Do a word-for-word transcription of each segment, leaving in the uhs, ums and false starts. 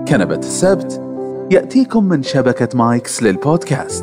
كنبة السبت يأتيكم من شبكة مايكس للبودكاست.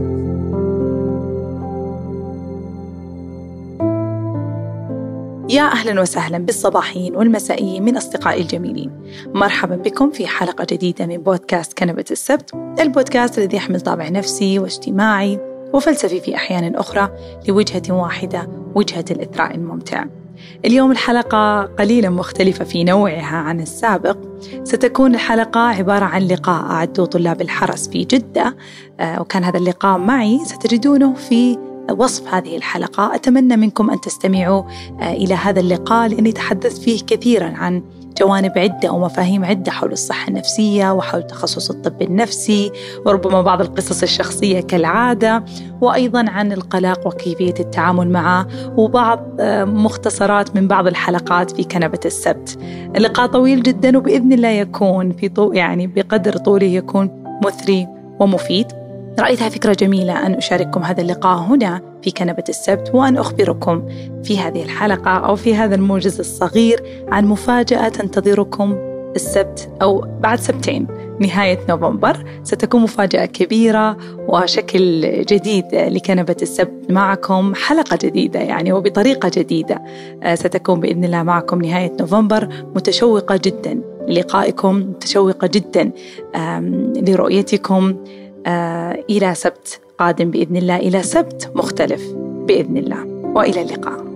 يا أهلا وسهلا بالصباحيين والمسائيين من أصدقائي الجميلين. مرحبا بكم في حلقة جديدة من بودكاست كنبة السبت، البودكاست الذي يحمل طابع نفسي واجتماعي وفلسفي في أحيان أخرى لوجهة واحدة، وجهة الإثراء الممتع. اليوم الحلقة قليلا مختلفة في نوعها عن السابق. ستكون الحلقة عبارة عن لقاء أعده طلاب الحرس في جدة، وكان هذا اللقاء معي ستجدونه في وصف هذه الحلقة. أتمنى منكم أن تستمعوا إلى هذا اللقاء، لأني تحدثت فيه كثيرا عن جوانب عدة ومفاهيم عدة حول الصحة النفسية وحول تخصص الطب النفسي، وربما بعض القصص الشخصية كالعادة، وأيضا عن القلق وكيفية التعامل معه، وبعض مختصرات من بعض الحلقات في كنبة السبت. اللقاء طويل جدا، وبإذن الله يكون في طو يعني بقدر طوله يكون مثري ومفيد. رأيتها فكرة جميلة أن أشارككم هذا اللقاء هنا في كنبة السبت، وأن أخبركم في هذه الحلقة أو في هذا الموجز الصغير عن مفاجأة تنتظركم السبت أو بعد سبتين، نهاية نوفمبر. ستكون مفاجأة كبيرة وشكل جديد لكنبة السبت معكم، حلقة جديدة يعني وبطريقة جديدة. ستكون بإذن الله معكم نهاية نوفمبر. متشوقة جدا للقائكم، متشوقة جدا لرؤيتكم إلى سبت قادم بإذن الله، إلى سبت مختلف بإذن الله، وإلى اللقاء.